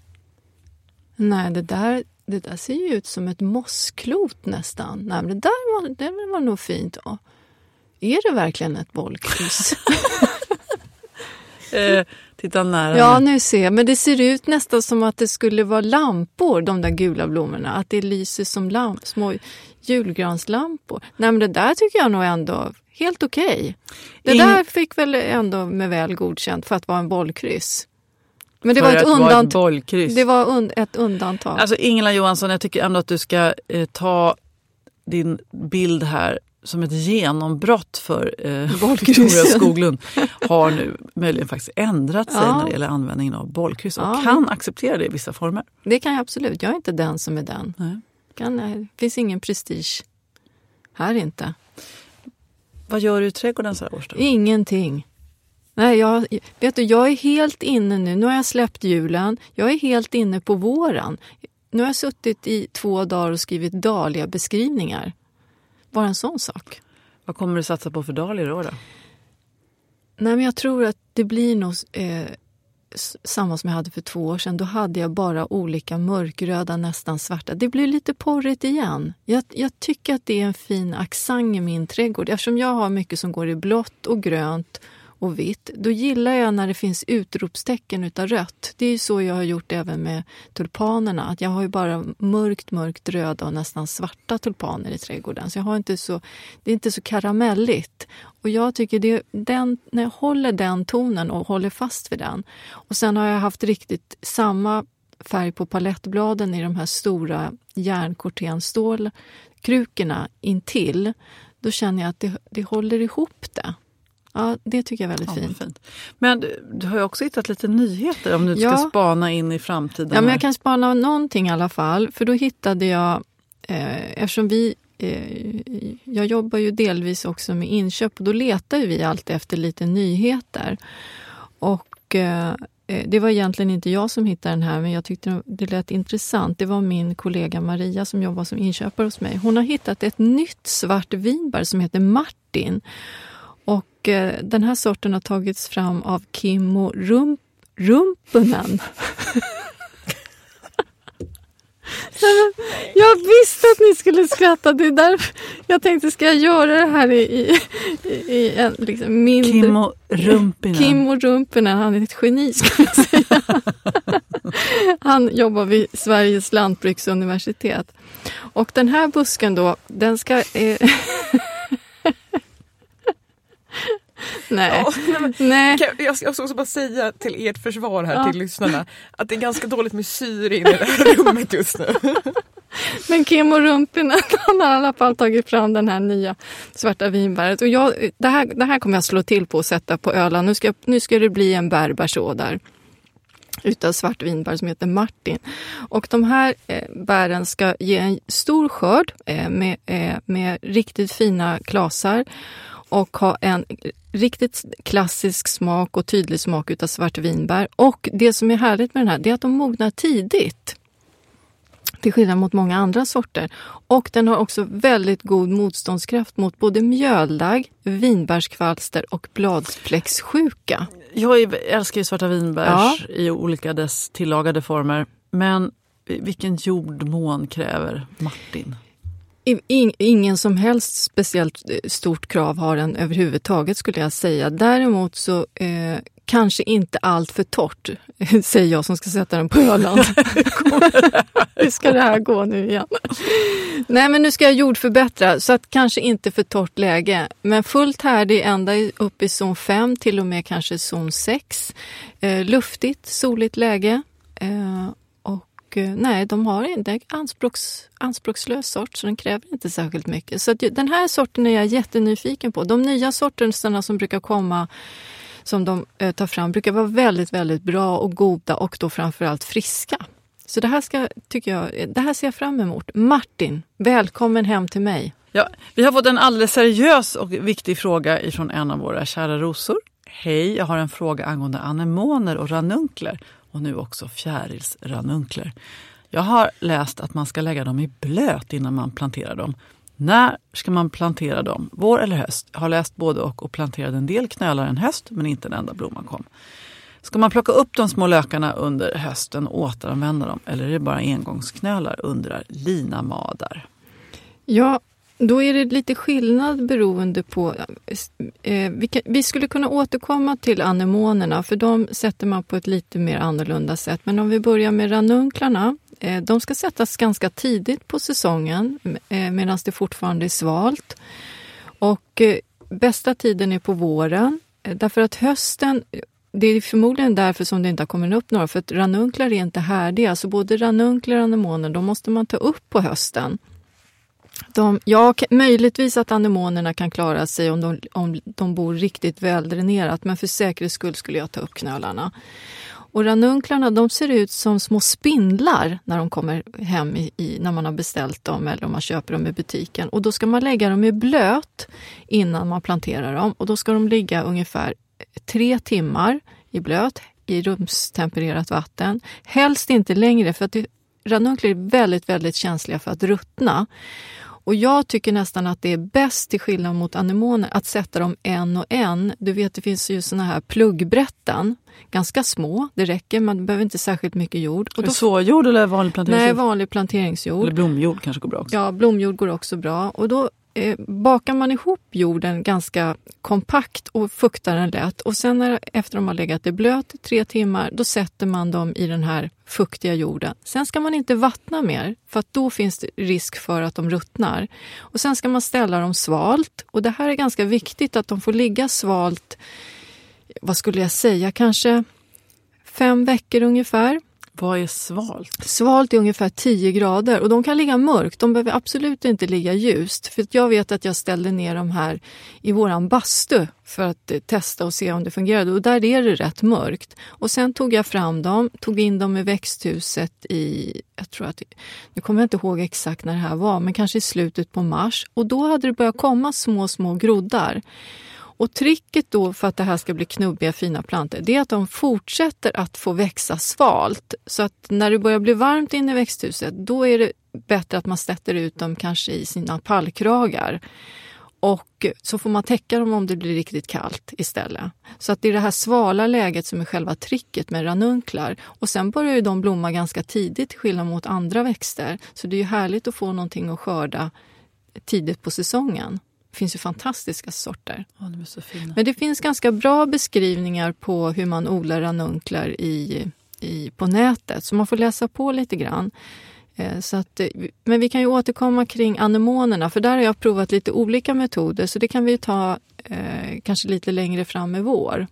Nej, det där ser ju ut som ett mossklot nästan. Nej, men det var nog fint. Ja. Är det verkligen ett bollkryss? Titta nära. Ja, nu ser jag. Men det ser ut nästan som att det skulle vara lampor, de där gula blommorna. Att det lyser som små julgranslampor. Nej, men det där tycker jag nog ändå helt okej. Det där fick väl ändå med väl godkänt för att vara en bollkryss. Men det var ett ett undantag. Alltså Ingela Johansson, jag tycker ändå att du ska ta din bild här som ett genombrott för Victoria Skoglund har nu möjligen faktiskt ändrat sig när det gäller användningen av bollkryss och kan acceptera det i vissa former. Det kan jag absolut. Jag är inte den som är den. Nej. Det finns ingen prestige här inte. Vad gör du i trädgården så här års då? Ingenting. Nej, jag är helt inne nu. Nu har jag släppt julen. Jag är helt inne på våren. Nu har jag suttit i 2 dagar och skrivit dahlia-beskrivningar. Bara en sån sak. Vad kommer du satsa på för dahlior då? Nej, men jag tror att det blir nog samma som jag hade för 2 år sedan. Då hade jag bara olika mörkröda, nästan svarta. Det blir lite porrigt igen. Jag tycker att det är en fin accent i min trädgård. Eftersom jag har mycket som går i blått och grönt och vitt, då gillar jag när det finns utropstecken utav rött. Det är ju så jag har gjort även med tulpanerna. Att jag har ju bara mörkt röda och nästan svarta tulpaner i trädgården. Så jag har det är inte så karamelligt. Och jag tycker när jag håller den tonen och håller fast vid den. Och sen har jag haft riktigt samma färg på palettbladen i de här stora järnkortenstålkrukorna intill. Då känner jag att det håller ihop det. Ja, det tycker jag är väldigt fint. Men du har ju också hittat lite nyheter om du ska spana in i framtiden. Ja, men jag kan spana någonting i alla fall. För då hittade jag, eftersom jag jobbar ju delvis också med inköp. Och då letar vi alltid efter lite nyheter. Och det var egentligen inte jag som hittade den här, men jag tyckte det lät intressant. Det var min kollega Maria som jobbar som inköpare hos mig. Hon har hittat ett nytt svart vinbär som heter Martin. Och den här sorten har tagits fram av Kimmo Rumpunen. Jag visste att ni skulle skratta. Det är därför jag tänkte, ska jag göra det här i en liksom mindre... Kimmo Rumpunen, han är ett geni, ska jag säga. Han jobbar vid Sveriges lantbruksuniversitet. Och den här busken då, den ska... Nej. Nej. Jag ska också bara säga till ert försvar här, till lyssnarna, att det är ganska dåligt med syre i det här rummet just nu. Men Kimmo Rumpinen, han har i alla fall tagit fram den här nya svarta vinbäret. Och det här kommer jag slå till på och sätta på Öland. Nu ska det bli en bärbärså där utav svart vinbär som heter Martin. Och de här bären ska ge en stor skörd med riktigt fina klasar. Och ha en riktigt klassisk smak och tydlig smak utav svart vinbär. Och det som är härligt med den här, det är att de mognar tidigt. Till skillnad mot många andra sorter. Och den har också väldigt god motståndskraft mot både mjöldagg, vinbärskvalster och bladfläckssjuka. Jag älskar ju svarta vinbärs i olika dess tillagade former. Men vilken jordmån kräver Martin? Ingen som helst speciellt stort krav har den överhuvudtaget, skulle jag säga. Däremot så kanske inte allt för torrt, säger jag som ska sätta den på Öland. Hur ska det här gå nu igen? Nej, men nu ska jag jordförbättra, så att kanske inte för torrt läge. Men fullt härdig ända upp i zon 5, till och med kanske zon 6. Luftigt, soligt läge. Nej, de har inte anspråkslös sort, så den kräver inte särskilt mycket. Så att den här sorten är jag jättenyfiken på. De nya sorterna som brukar komma, som de tar fram, brukar vara väldigt, väldigt bra och goda och då framförallt friska. Så det här ser jag fram emot. Martin, välkommen hem till mig. Ja, vi har fått en alldeles seriös och viktig fråga ifrån en av våra kära rosor. Hej, jag har en fråga angående anemoner och ranunkler. Och nu också fjärilsranunkler. Jag har läst att man ska lägga dem i blöt innan man planterar dem. När ska man plantera dem? Vår eller höst? Jag har läst både och planterade en del knölar en höst, men inte en enda blomma kom. Ska man plocka upp de små lökarna under hösten och återanvända dem? Eller är det bara engångsknölar, undrar Lina Madar? Ja, Då är det lite skillnad beroende på... Vi skulle kunna återkomma till anemonerna, för de sätter man på ett lite mer annorlunda sätt. Men om vi börjar med ranunklarna, de ska sättas ganska tidigt på säsongen medan det fortfarande är svalt. Och bästa tiden är på våren, därför att hösten... Det är förmodligen därför som det inte har kommit upp några, för att ranunklar är inte härdiga. Så både ranunklar och anemoner, de måste man ta upp på hösten. Möjligtvis att anemonerna kan klara sig om de bor riktigt väldränerat, men för säkerhets skull skulle jag ta upp knölarna. Och ranunklarna, de ser ut som små spindlar när de kommer hem när man har beställt dem eller om man köper dem i butiken. Och då ska man lägga dem i blöt innan man planterar dem, och då ska de ligga ungefär 3 timmar i blöt i rumstempererat vatten. Helst inte längre, för att ranunklar är väldigt, väldigt känsliga för att ruttna. Och jag tycker nästan att det är bäst, till skillnad mot anemoner, att sätta dem en och en. Du vet, det finns ju såna här pluggbrättan. Ganska små, det räcker, man behöver inte särskilt mycket jord. Och då, såjord eller vanlig planteringsjord? Nej, vanlig planteringsjord. Eller blomjord kanske går bra också. Ja, blomjord går också bra. Och då bakar man ihop jorden ganska kompakt och fuktar den lätt. Och sen efter de har legat i blöt 3 timmar, då sätter man dem i den här fuktiga jorden. Sen ska man inte vattna mer, för att då finns det risk för att de ruttnar. Och sen ska man ställa dem svalt. Och det här är ganska viktigt, att de får ligga svalt, vad skulle jag säga, kanske 5 veckor ungefär. Vad är svalt? Svalt är ungefär 10 grader, och de kan ligga mörkt. De behöver absolut inte ligga ljust. För jag vet att jag ställde ner dem här i våran bastu för att testa och se om det fungerade. Och där är det rätt mörkt. Och sen tog jag fram dem, tog in dem i växthuset jag tror att, nu kommer jag inte ihåg exakt när det här var, men kanske i slutet på mars. Och då hade det börjat komma små groddar. Och tricket då för att det här ska bli knubbiga, fina plantor, det är att de fortsätter att få växa svalt. Så att när det börjar bli varmt inne i växthuset, då är det bättre att man sätter ut dem kanske i sina pallkragar. Och så får man täcka dem om det blir riktigt kallt istället. Så att det är det här svala läget som är själva tricket med ranunklar. Och sen börjar ju de blomma ganska tidigt, till skillnad mot andra växter. Så det är ju härligt att få någonting att skörda tidigt på säsongen. Det finns ju fantastiska sorter. Ja, de är så fina. Men det finns ganska bra beskrivningar på hur man odlar ranunklar på nätet. Så man får läsa på lite grann. Men vi kan ju återkomma kring anemonerna. För där har jag provat lite olika metoder. Så det kan vi ta kanske lite längre fram i vår.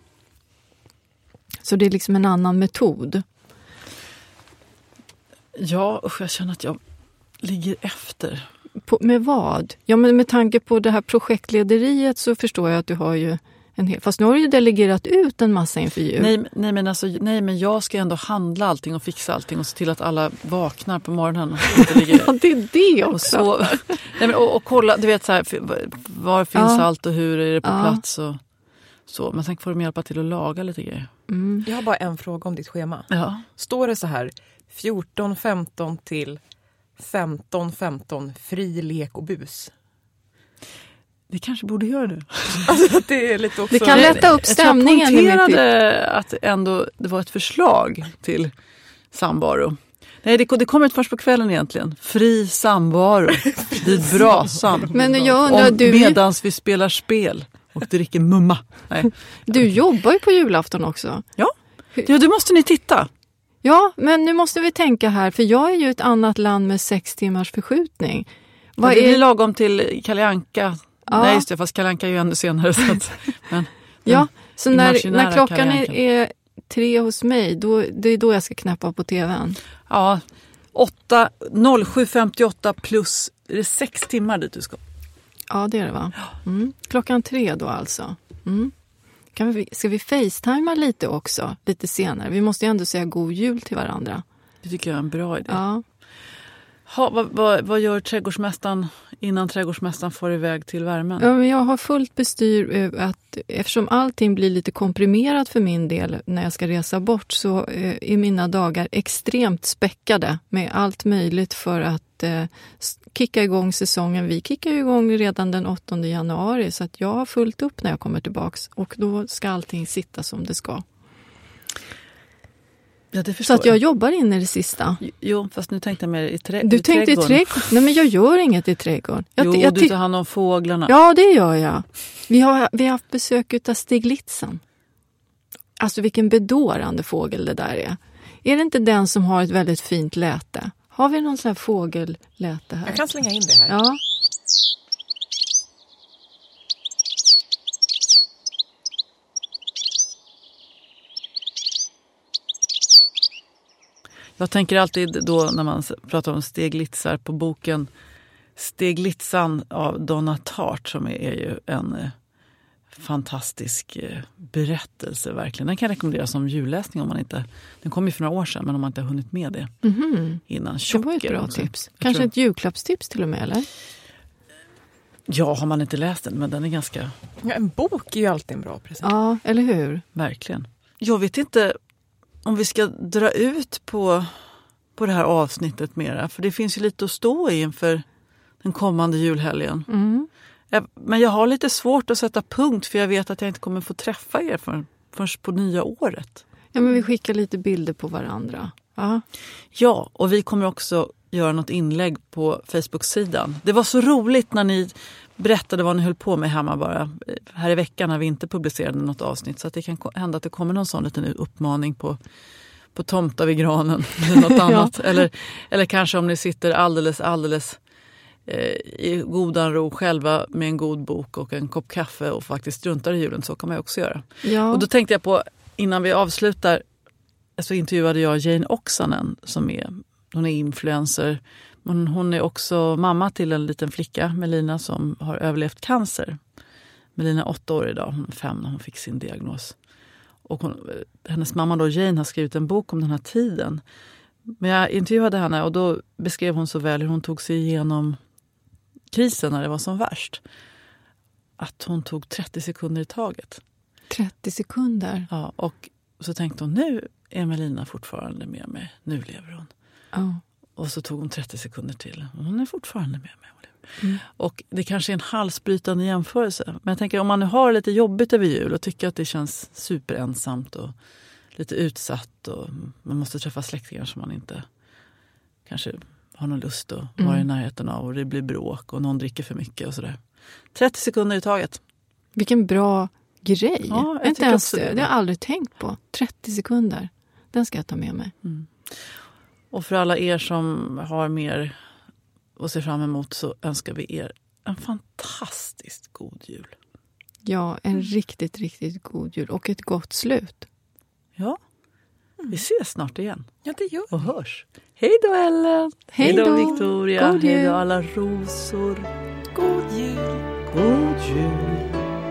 Så det är liksom en annan metod. Ja, jag känner att jag ligger efter. Med vad? Ja, men med tanke på det här projektlederiet så förstår jag att du har ju en hel... Fast nu har du ju delegerat ut en massa inför jul. Nej, men jag ska ändå handla allting och fixa allting och se till att alla vaknar på morgonen. Och inte ligger... Ja, det är det också. Och kolla, du vet så här, var finns allt och hur är det på plats och så. Men sen får de hjälpa till att laga lite grejer. Mm. Jag har bara en fråga om ditt schema. Ja. Står det så här 14:15 till 15:15 fri lek och bus? Det kanske borde göra det. Alltså, det är lite också... Det kan lätta upp stämningen. Jag poängterade att ändå det var ett förslag till samvaro. Nej, det kommer inte först på kvällen egentligen. Fri samvaro vid brasan. Men jag undrar, medans vi spelar spel och dricker mumma. Nej. Du jobbar ju på julafton också. Ja, det måste ni titta. Ja, men nu måste vi tänka här, för jag är ju ett annat land med 6 timmars förskjutning. Det blir lagom till Kalle Anka. Ja. Nej, just det, fast Kalle Anka är ju ännu senare. Så att, men, ja, så när klockan är 3 hos mig, det är då jag ska knäppa på tvn. Ja, 07:58 plus, är det 6 timmar dit du ska? Ja, det är det, va? Mm. Klockan 3 då alltså. Mm. Ska vi facetima lite också, lite senare? Vi måste ju ändå säga god jul till varandra. Det tycker jag är en bra idé. Ja. Vad gör trädgårdsmästaren innan trädgårdsmästaren får iväg till värmen? Ja, men jag har fullt bestyr att eftersom allting blir lite komprimerat för min del när jag ska resa bort, så är mina dagar extremt späckade med allt möjligt för att kicka igång säsongen. Vi kickar igång redan den 8 januari, så att jag har fullt upp när jag kommer tillbaks, och då ska allting sitta som det ska. Ja, det Så förstår att jag jobbar in i det sista. Jo, fast nu tänkte jag mer i Du trädgården. tänkte i trädgården? Nej, men jag gör inget i trädgården. Du tar hand om fåglarna. Ja, det gör jag. Vi har haft besök av Stiglitzen. Alltså vilken bedårande fågel det där är. Är det inte den som har ett väldigt fint läte? Har vi någon sån här fågelläte här? Jag kan slänga in det här. Ja. Jag tänker alltid då när man pratar om Steglitsar på boken Steglitzan av Donna Tartt som är ju en fantastisk berättelse verkligen. Den kan jag rekommendera som julläsning om man inte... Den kom ju för några år sedan men om man inte har hunnit med det innan. Det var ett bra tips. Kanske ett julklappstips till och med, eller? Ja, har man inte läst den men den är ganska... Ja, en bok är ju alltid en bra present. Ja, eller hur? Verkligen. Jag vet inte om vi ska dra ut på det här avsnittet mera. För det finns ju lite att stå i inför den kommande julhelgen. Men jag har lite svårt att sätta punkt för jag vet att jag inte kommer få träffa er förrän på nya året. Ja, men vi skickar lite bilder på varandra. Aha. Ja, och vi kommer också göra något inlägg på Facebook-sidan. Det var så roligt när ni berättade vad ni höll på med hemma bara här i veckan när vi inte publicerade något avsnitt. Så att det kan hända att det kommer någon sån liten uppmaning på tomta vid granen eller något annat. Eller kanske om ni sitter alldeles i godan ro själva med en god bok och en kopp kaffe och faktiskt struntar i julen, så kan man ju också göra. Ja. Och då tänkte jag på, innan vi avslutar så intervjuade jag Jane Oksanen hon är influencer. Men hon är också mamma till en liten flicka, Melina, som har överlevt cancer. Melina är 8 år idag, hon är 5 när hon fick sin diagnos. Och hennes mamma då, Jane, har skrivit en bok om den här tiden. Men jag intervjuade henne och då beskrev hon så väl hur hon tog sig igenom krisen när det var som värst. Att hon tog 30 sekunder i taget. 30 sekunder? Ja, och så tänkte hon, nu är Melina fortfarande med mig. Nu lever hon. Oh. Och så tog hon 30 sekunder till. Hon är fortfarande med mig. Och det kanske är en halsbrytande jämförelse. Men jag tänker, om man nu har lite jobbigt över jul och tycker att det känns superensamt och lite utsatt och man måste träffa släktingar som man inte kanske har någon lust att vara i närheten av och det blir bråk och någon dricker för mycket och sådär. 30 sekunder i taget. Vilken bra grej. Ja, jag inte ens det har jag aldrig tänkt på. 30 sekunder. Den ska jag ta med mig. Och för alla er som har mer att se fram emot så önskar vi er en fantastiskt god jul. Ja, en riktigt, riktigt god jul. Och ett gott slut. Ja, vi ses snart igen. Ja, det gör vi. Och hörs. Hej då Ellen! Hej då Victoria! God jul. Hej då alla rosor! God jul! God jul!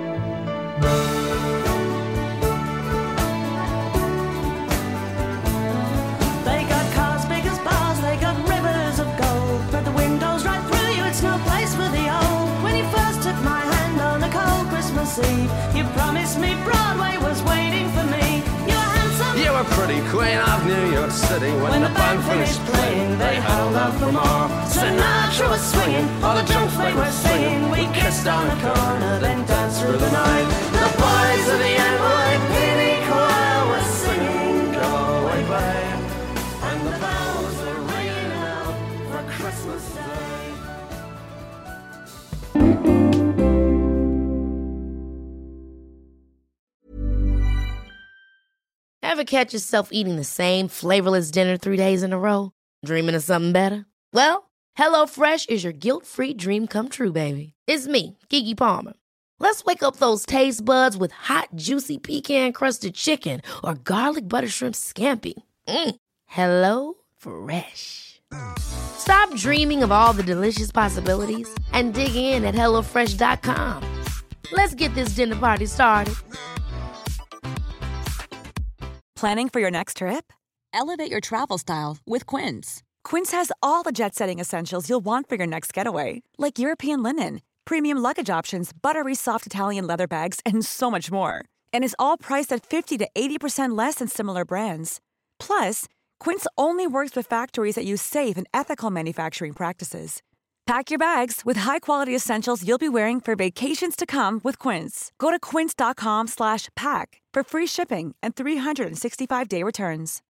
They got cars big as bars, they got rivers of gold, but the windows right through you, it's no place for the old. When you first took my hand on a cold Christmas Eve, you promised me Broadway was waiting for me. You were handsome, You were pretty queen of New York City. When the band finished playing, they held out for more. Sinatra was swinging, all the junk they were singing. We kissed on the corner, then danced through the night. The boys of the NYPD choir were singing Go Away Babe, And the bells were ringing out for Christmas Day. Ever catch yourself eating the same flavorless dinner 3 days in a row? Dreaming of something better? Well, HelloFresh is your guilt-free dream come true, baby. It's me, Keke Palmer. Let's wake up those taste buds with hot, juicy pecan-crusted chicken or garlic butter shrimp scampi. Hello Fresh. Stop dreaming of all the delicious possibilities and dig in at HelloFresh.com. Let's get this dinner party started. Planning for your next trip? Elevate your travel style with Quince. Quince has all the jet-setting essentials you'll want for your next getaway, like European linen, premium luggage options, buttery soft Italian leather bags, and so much more. And is all priced at 50 to 80% less than similar brands. Plus, Quince only works with factories that use safe and ethical manufacturing practices. Pack your bags with high-quality essentials you'll be wearing for vacations to come with Quince. Go to quince.com/pack for free shipping and 365-day returns.